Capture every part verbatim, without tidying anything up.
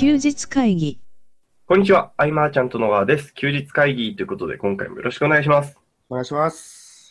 休日会議。 こんにちは、アイマーちゃんと野川です。休日会議ということで、今回もよろしくお願いします。 お願いします。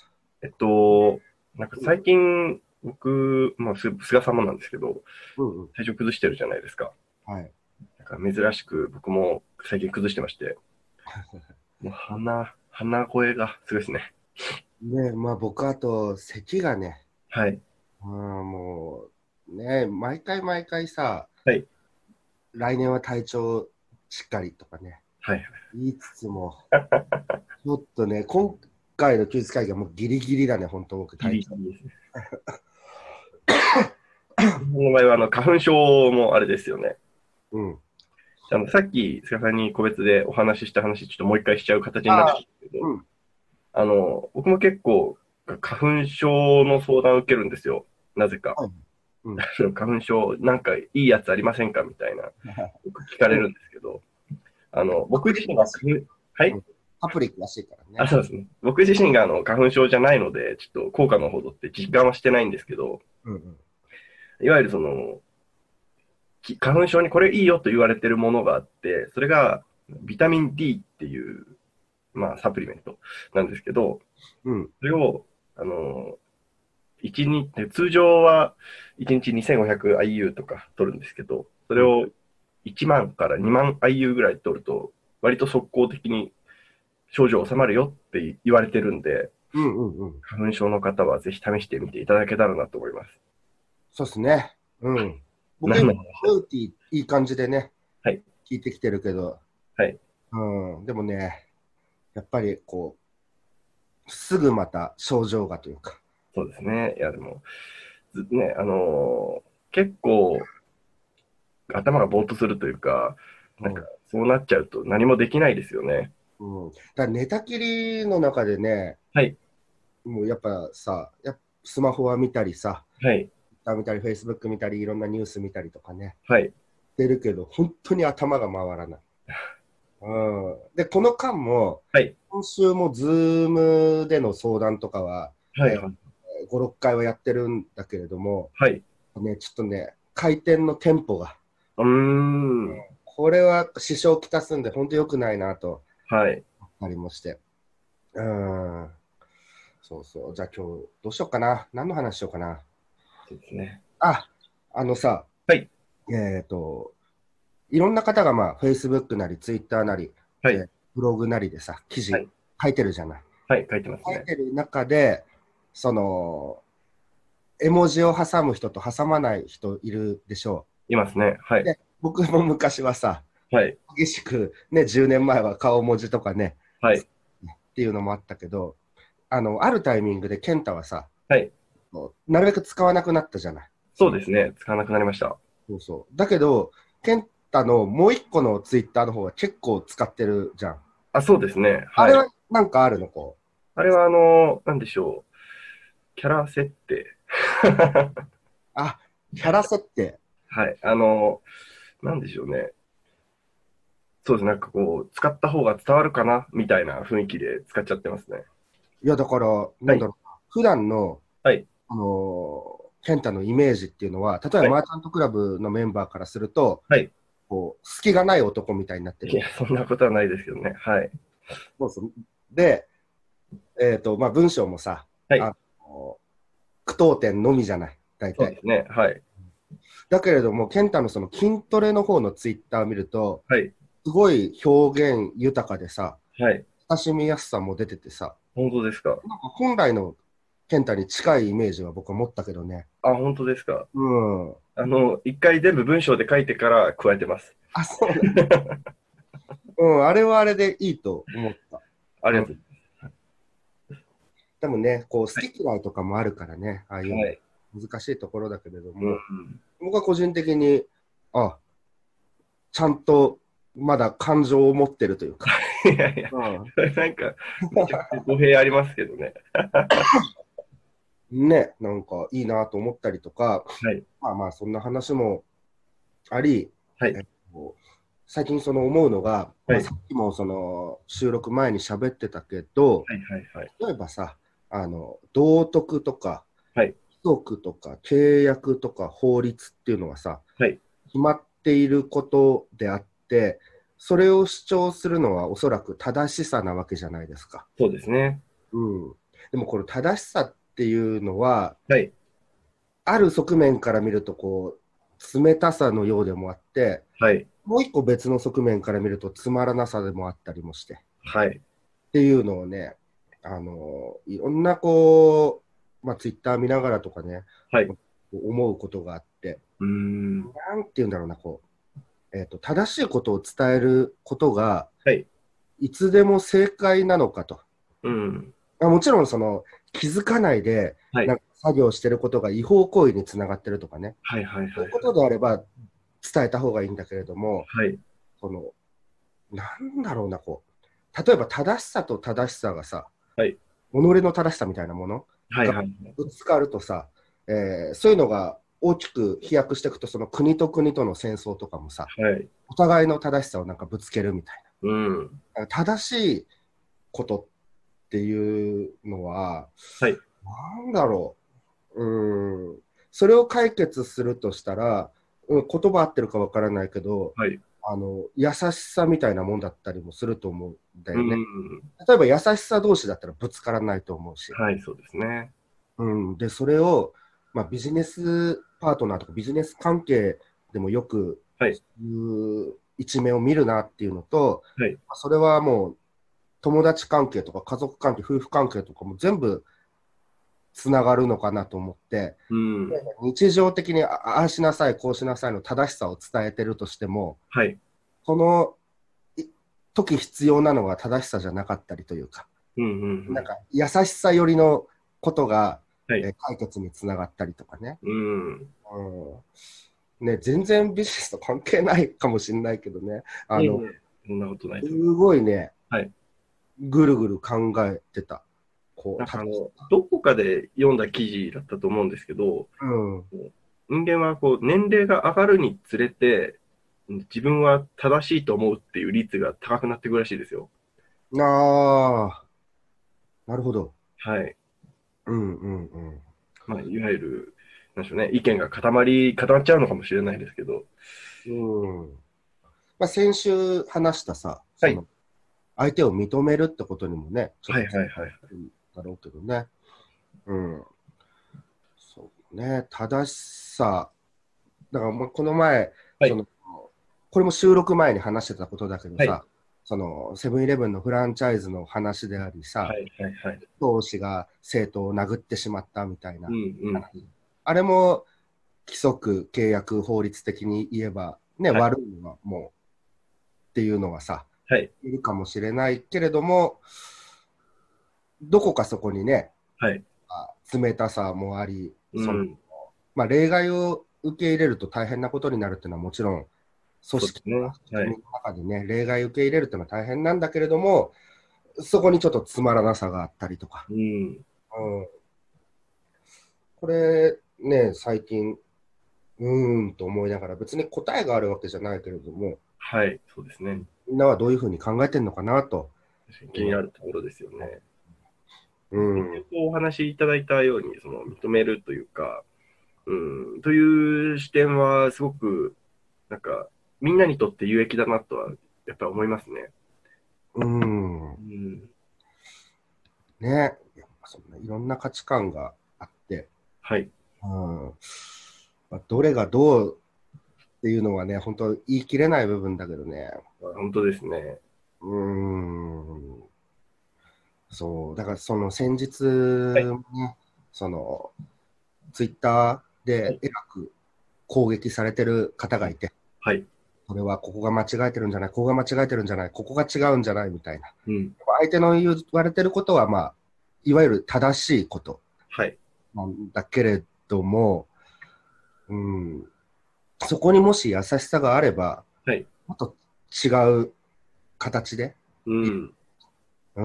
えっと、なんか最近、僕、まあ、す菅さんもなんですけど、 うんうん。 体調崩してるじゃないですか。 はい。 なんか珍しく僕も最近崩してまして、もう鼻、鼻声がすごいですね。 ね、まあ僕あと咳がね、 はい。 うん、もうね、毎回毎回さ、 はい。 来年は体調しっかりとかね、 はい。 言いつつも、ちょっとね、今回の休日会議はもうギリギリだね、本当僕ギリ体調。 ギリですね。この場合は、あの、花粉症もあれですよね。 うん。 あの、さっき、菅さんに個別でお話しした話、ちょっともう一回しちゃう形になるんああ、 ですけど、 うん。 あの、僕も結構、花粉症の相談を受けるんですよ。なぜか。 はい。うん。 花粉症、なんかいいやつありませんかみたいな、よく聞かれうん。 るんですけど、あの、 パプ僕自身がリックらしい。 花粉、はい。 うん。パプリックらしいからあ、 ね。 そうですね。僕自身があの花粉症じゃないので、ちょっと効果のほどって実感はしてないんですけど、 うんうん。 いわゆるその、き花粉症にこれいいよと言われてるものがあって、それがビタミン D っていう、まあ、サプリメントなんですけど、 うん。 それを、あの、一日、通常はいちにち にせんごひゃくアイユー とか取るんですけど、それうん。 をいちまんからにまんアイユー ぐらい取ると、割と速攻的に症状収まるよって言われてるんで、 うんうんうん。 花粉症の方はぜひ試してみていただけたらなと思います。 そうっすね。うん。僕今、 何の話だ。 ムーティーいい感じでね、 はい。 聞いてきてるけど、 はい。 うん、でもね、やっぱりこう、すぐまた症状がというか、 そうですね。いや、でも、ずね、あのー結構頭がぼーっとするというか、なんかうん、 そうなっちゃうと何もできないですよね。 うん。だから寝たきりの中でね、 はい。 もうやっぱさ、やっぱスマホは見たりさ、 はい。 見たり、Facebook 見たり、いろんなニュース見たりとかね、 はい。 してるけど、本当に頭が回らない。うん、で、この間も、 はい。 今週もズームでの相談とかは、 はい。 えー、ご、ろっかいはやってるんだけれども、 はい。 ね、ちょっとね、回転のテンポが、 うーん。 これは支障をきたすんで、本当良くないなと、 はい。 ありまして。うん。そうそう。じゃあ今日、どうしようかな。何の話しようかな。 そうですね。 あ、あのさ、 はい。 えっと、いろんな方がまあ、Facebook なり、Twitter なり、 はい。 えーブログなりでさ、記事はい。 書いてるじゃない。 はい。書いてますね。 書いてる中で、その、絵文字を挟む人と挟まない人いるでしょいますね。はう。 い。 で、僕も昔はさ、 はい。 激しく、ね、じゅうねんまえは顔文字とかね、 はい。 っていうのもあったけど、あの、あるタイミングで健太はさ、 はい。 なるべく使わなくなったじゃない。その、 そうですね。使わなくなりました。 そうそう。だけど、健太のもう一個のツイッターの方は結構使ってるじゃん。 あ、そうですね。はい。 あれはなんかあるのこあれは、あの、なんでしょう。キャラ設定。 う。あ、キャラ設定。 はい。あの、なんでしょうね。そうですね。なんかこう、使った方が伝わるかなみたいな雰囲気で使っちゃってますね。 いや、だから、 はい。 なんだろう。普段の、 はい。 あのー健太のイメージっていうのは、例えばはい。 マーチャントクラブのメンバーからすると、 はい。 こう、隙がない男みたいになってる。 いや、そんなことはないですけどね。はい。 そうそう。で、えっと、まあ、文章もさ、 はい。 あの句読点のみじゃない、大体。 そうですね。はい。 だけれども、健太のその筋トレの方のツイッターを見ると、 はい。 すごい表現豊かでさ、 はい。 親しみやすさも出ててさ、 本当ですか。 なんか本来の健太に近いイメージは僕は持ったけどね。 あ、本当ですか。 うん。 あの、一回全部文章で書いてから加えてます。 あ、そうなんだ。うん、あれはあれでいいと思った。うん。 ありがとうでもね、こう、 ござい好き嫌いとかもあるからね、ああいうます。はの。 い。 難しいところだけれどうん。 も、僕は個人的に、あ、ちゃんとまだ感情を持ってるというか、 いやいや、 うん、 それなんか、めちゃくちゃ語弊ありますけどね。 ね、なんかいいなと思ったりとか、 はい。 まあまあ、そんな話もあり、 はい。 えっと、最近その思うのが、まあ、 はい。 さっきもその収録前に喋ってたけど、 はい。はい。はい。 例えばさ、あの道徳とかはい。 規則とか契約とか法律っていうのはさ、 はい。 決まっっていることであって、それを主張するのはおそらく正しさなわけじゃないですか。 そうですね。 うん。でもこの正しさっていうのは、 はい。 ある側面から見るとこう、冷たさのようでもあって、 はい。 もう一個別の側面から見るとつまらなさでもあったりもして、っはい。 ていうのをね、あの、いろんなこう、まあツイッター見ながらとかね、 はい。 思うことがあって、 うーん。 なんていうんだろうな、こう、えっと、正しいことを伝えることが、 はい。 いつでも正解なのかと。 うん。 あもちろん、その、気づかないで、 はい。 なんか作業してることが違法行為につながってるとかね。 はい。はい。はい。 そういうことであれば、伝えた方がいいんだけれども、 はい。 その、なんだろうな、こう、例えば正しさと正しさがさ、 はい。 己の正しさみたいなものはい。 がはい。 ぶつかるとさ、えーそういうのが大きく飛躍していくと、その国と国との戦争とかもさ、 はい。 お互いの正しさをなんかぶつけるみたいうん。 な。正しいことっていうのは、 はい。 なんだろう。うーん。それを解決するとしたら、うん、言葉合ってるかわからないけど、 はい。 あの、優しさみたいなもんだったりもすると思うんだうよね。 ん。 例えば優しさ同士だったらぶつからないと思うし。 はい。そうですね。 うん。で、それを、まあ、ビジネスパートナーとかビジネス関係でもよく、 はい。 そういう一面を見るなっていうのと、 はい。 それはもう友達関係とか家族関係、夫婦関係とかも全部つながるのかなと思って、 うん。 日常的にあああしなさい、こうしなさいの正しさを伝えてるとしても、 はい。 そのい時必要なのは正しさじゃなかったりというか、 うん。うん。うん。 なんか優しさ寄りのことが、 はい。 えー解決につながったりとかね。 うん。 うん、ね、全然ビジネスと関係ないかもしれないけどね、あの、 いえいえ、そんなことないすと思います。 ごいね、 はい。 ぐるぐる考えてた。こう、たなんかあの、どこかで読んだ記事だったと思うんですけど、 うん。 人間はこう年齢が上がるにつれて、自分は正しいと思うっていう率が高くなっていくらしいですよ。 ああ、なるほど。 はい。 うんうんうん。 まあ、いわゆる、なんでしょうね、意見が固まり、固まっちゃうのかもしれないですけど。 うん。まあ、先週話したさ、 はい。 その、相手を認めるってことにもね、ちょっはいとつはいはい。 ながるんだろうけどね。うん。そうね、正しさ。だから、まあこの前、 はい。 その、これも収録前に話してたことだけどはい。 さ、その、セブンイレブンのフランチャイズの話でありさ、 はいはいはい。 同志が生徒を殴ってしまったみたいうんなうん。 話。あれも規則、契約、法律的に言えば、ね、 はい。 悪いのはもうっていうのはさ、 はい。 いるかもしれないけれども、どこかそこにね、 はい。 あ冷たさもあり、その、 うん。 まあ、例外を受け入れると大変なことになるっていうのはもちろん、組織とかそうですね。はい。 仕組みの中でね、例外を受け入れるっていうのは大変なんだけれども、そこにちょっとつまらなさがあったりとか。 うん。 うん、これね、最近、うーんと思いながら、別に答えがあるわけじゃないけれども、 はい。そうですね。 みんなはどういうふうに考えてるのかなと。 確かに気になるところですよね。 うん。 お話しいただいたように、その認めるというか、うん、という視点はすごく、なんか、みんなにとって有益だなとは、やっぱり思いますね。 うん。 うん。 ね。そんないろんな価値観があって、 はい。 うん。まあ、どれがどうっていうのはね、本当言い切れない部分だけどね。 本当ですね。 うーん。そう。だからその先日はい。 ね、そのツイッターはい。 でえらく攻撃されてる方はい。 がいて、 はい。 これはここが間違えてるんじゃない、ここが間違えてるんじゃない、ここが違うんじゃないみたいな。 うん。 相手の言われてることは、まあ、いわゆる正しいことはい。 なんだけれども、うん、そこにもし優しさがあれば、 はい。 もっと違う形で、 うん。 うん、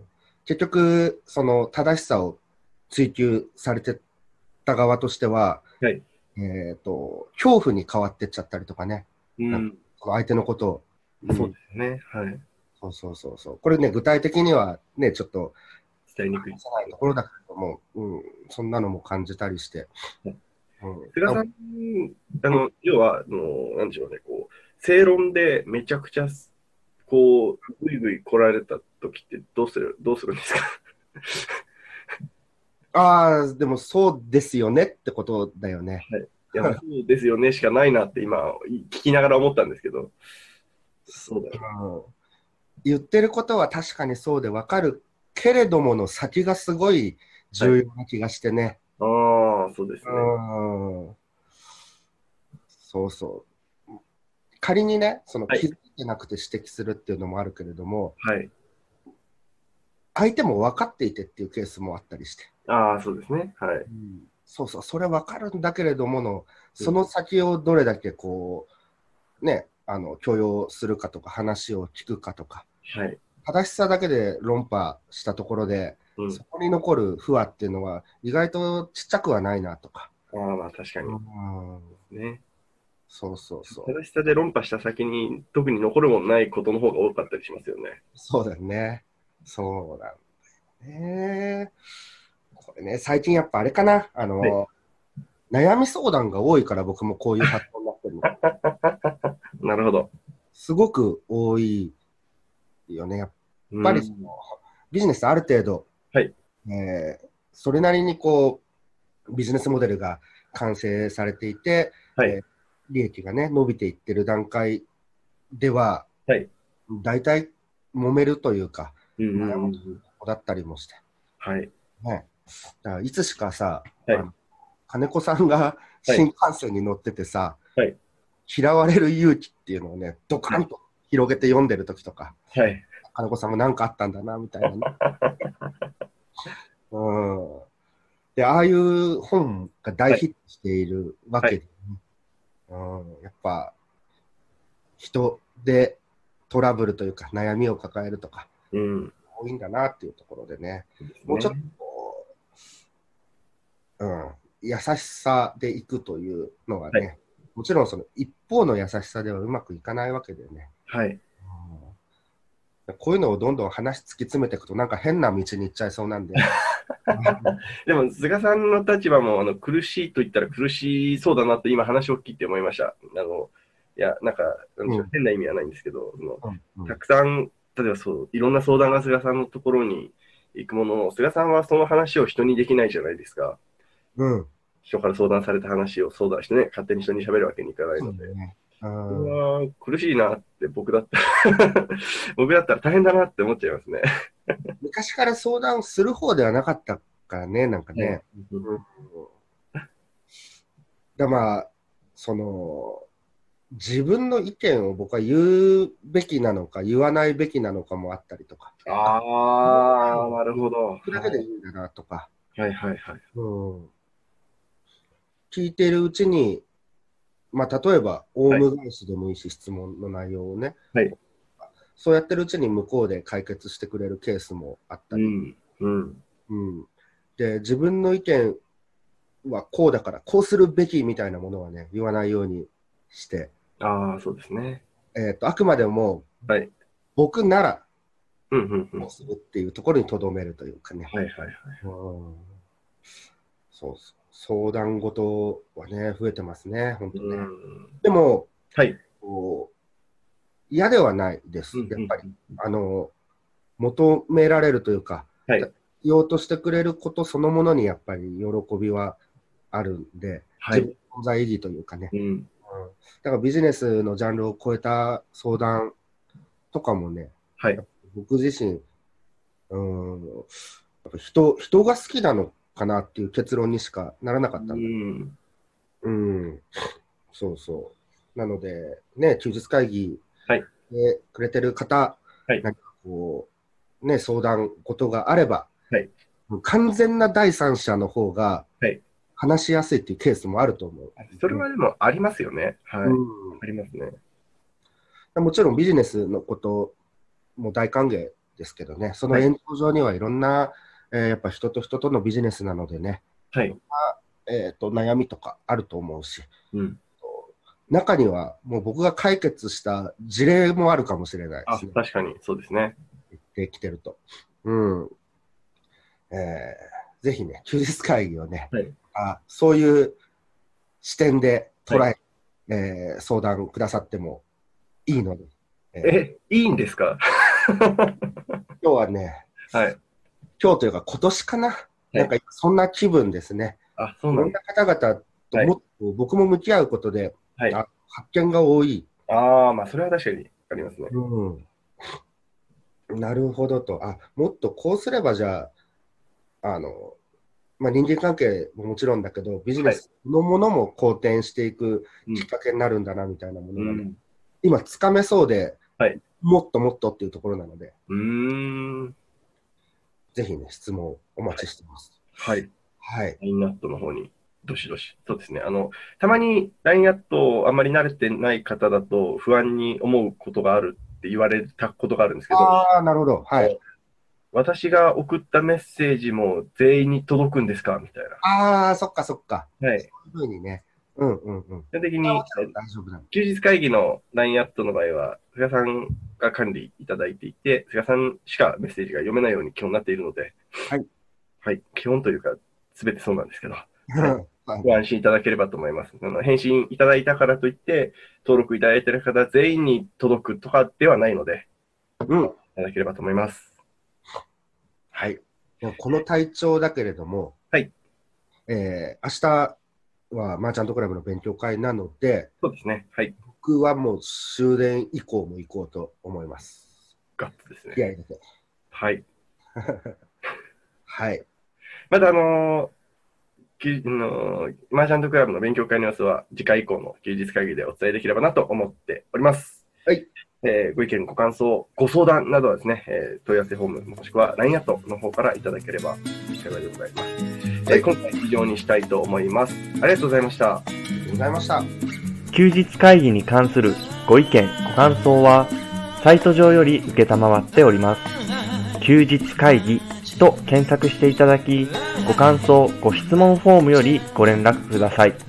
結局、その正しさを追求されてた側としては、 はい。 えっと、恐怖に変わってっちゃったりとかね、なんかうん。 その相手のことを、うそうん、 ですね。はい。 そうそうそうそう。これね、具体的にはね、ちょっと伝えにくいで話せないすけど。 ところだけれども、うん、そんなのも感じたりして、うん、あ菅さん、あの、要は、あの、なんでしょうね、こ正論でめちゃくちゃ、こう、ぐいぐい来られた時ってどうする、どうするんですか？ ああ、でもそうですよねってことだよね。 はい。いや、そうですよねしかないなって今、聞きながら思ったんですけど、そうだよ。 うん、言ってることは確かにそうでわかるけれどもの先がすごいはい。 重要な気がしてね。 ああ、そうですうね。 ん、そうそう。仮にね、そのはい。 気づいてなくて指摘するっていうのもあるけれども、 はい。 相手も分かっていてっていうケースもあったりして。 ああ、そうですね。はい。 うん、そうそう、それ分かるんだけれどもの、 うん。 その先をどれだけこう、ね、あの許容するかとか、話を聞くかとか、 はい。 正しさだけで論破したところで、 うん。 そこに残る不和っていうのは、意外とちっちゃくはないなとか。 ああ、まあ確かに。 うん、 ね。 そうそうそ正しさで論破した先に特に残るものないことの方が多かったりしますよね。 う。そうだよね。そうなんだね。これね、最近やっぱあれかな、あはい。 の、悩み相談が多いから僕もこういう発想になってるの。 なるほど。 すごく多いよね。やっうぱりそのん。 ビジネスある程度、 はい。 えーそれなりにこうビジネスモデルが完成されていて、 はい。 えー利益がね、伸びていってる段階では、 はい。 大体揉めるというか、 うんうん悩むうんうん。 子だったりもして、 はい。 ね。だからいつしかさ、 はい。 あの金子さんがはい。 新幹線に乗っててさ、 はい。 嫌われる勇気っていうのをね、ドはい。 カンと広げて読んでるときとか、 はい。 金子さんも何かあったんだな、みたいなね。うん。で、ああいう本が大はい。 ヒットしているわはい。 けで、うん、やっぱ人でトラブルというか悩みを抱えるとかうん。 多いんだなっていうところでね、 そうですもうちょっとね。 こう、うん、優しさでいくというのははい。 ね、もちろんその一方の優しさではうまくいかないわけでね、 はい。 うん、こういうのをどんどん話突き詰めていくとなんか変な道に行っちゃいそうなんで、 でも、菅さんの立場も、あの、苦しいと言ったら苦しそうだなと今話を聞いて思いました。あの、いや、なんか、なんでしょう、 うん、 変な意味はないんですけど、その、 うん、うたん、 くさん、例えばそう、いろんな相談が菅さんのところに行くものの、菅さんはその話を人にできないじゃないですか。 うん、 人から相談された話を相談してね、勝手に人に喋るわけにいかないので。 そうだね。ううん、 わー苦しいなって僕だったら僕だったら大変だなって思っちゃいますね。 昔から相談する方ではなかったからね、なんかはい。 ね。うん、だまあ、その、自分の意見を僕は言うべきなのか、言わないべきなのかもあったりとか、あ、このああ、なる言ほど。 うだけはい。 でいいんだなとか、 はいはいはい。 うん、聞いているうちに、まあ、例えば、オウはい。 ム返しでもいいし、質問の内容をね、 はい。 そうやってるうちに向こうで解決してくれるケースもあったり、 うん。うん。 うん、で、自分の意見はこうだから、こうするべきみたいなものはね、言わないようにして、 ああ、そうですね。 えーと、あくまでもはい。 僕ならうん、うん、うん。 こうするっていうところにとどめるというかね。 はいはいはい。 うん、そうそう。相談事はね、増えてますね、本当うね。 ん。 でも、 はい。 こう嫌ではないでうん、 す。やっぱり、 うん。 あの、求められるというか、 はい。 言おうとしてくれることそのものにやっぱり喜びはあるんで、 はい。 自分の存在意義というかね。 うん。 うん、だからビジネスのジャンルを超えた相談とかもね、 はい。 やっぱ僕自身、うん、やっぱ人、人が好きなのかなっていう結論にしかならなかうったんだ。 ん。 うん、そうそう。なので、ね、休日会議はい。 でくれてる方、 はい。 何かこう、ね、相談事があれば、 はい。 完全な第三者の方がはい。 話しやすいっていうケースもあると思う。 それはでもありますよね。はい。 うありますね。 ん、もちろんビジネスのことも大歓迎ですけどね、そのはい。 延長上にはいろんな、えーやっぱ人と人とのビジネスなのでね、 はい。 えーと、悩みとかあると思うし、 うん。 中にはもう僕が解決した事例もあるかもしれないであ、 すね。 確かに、そうですね。 言ってきてると。うん。えーぜひね、休日会議をね、 はい。 あ、そういう視点ではい。 捉え、えー相談くださってもいいので。 えー、え、いいんですか？ 今日はね、 はい。 今日というか今年かな、はい、なんかそんな気分ですね。 あ、そうなんだ。 いろんな方々ともっと、はい、僕も向き合うことで、はい、あ発見が多い。 ああ、まあそれは確かにありますね。 うん。なるほどと。あ、もっとこうすればじゃあ、あの、まあ、人間関係ももちろんだけど、ビジネスのものも好転していくきっかけになるんだなみたいなものが、ね、うん、今つかめそうで、はい、もっともっとっていうところなので、 うーん、 ぜひね、質問お待ちしてます。 はい。 はい。 ライン アットの方に、どしどし。そうですね。あの、たまに ライン アットあんまり慣れてない方だと不安に思うことがあるって言われたことがあるんですけど。 ああ、なるほど。はい。 私が送ったメッセージも全員に届くんですかみたいな。 ああ、そっかそっか。 はい。 そういうふうにね。うんうんうん。 基本的に、 大丈夫なの。 休日会議の ライン アットの場合は、菅さんが管理いただいていて、菅さんしかメッセージが読めないように基本になっているので、 はい。 はい。基本というか、すべてそうなんですけど、はい、ご安心いただければと思います。あの返信いただいたからといって、登録いただいている方全員に届くとかではないので、 うん。いただければと思います。はい。 この体調だけれども、 はい。 えー、明日はマーチャントクラブの勉強会なので、 そうですね。はい。 僕はもう終電以降も行こうと思います。 ガッツですね。 気合い入れて。 はい。 はい。 またあのー、のマーチャントクラブの勉強会の様子は次回以降の休日会議でお伝えできればなと思っております。 はい。 えー、ご意見、ご感想、ご相談などはですね、えー、問い合わせフォームもしくは ライン アットの方からいただければ幸いでございます。はい、えー、今回以上にしたいと思います。ありがとうございました。 ありがとうございました。 休日会議に関するご意見、ご感想はサイト上より受けたまわっております。休日会議と検索していただき、ご感想、ご質問フォームよりご連絡ください。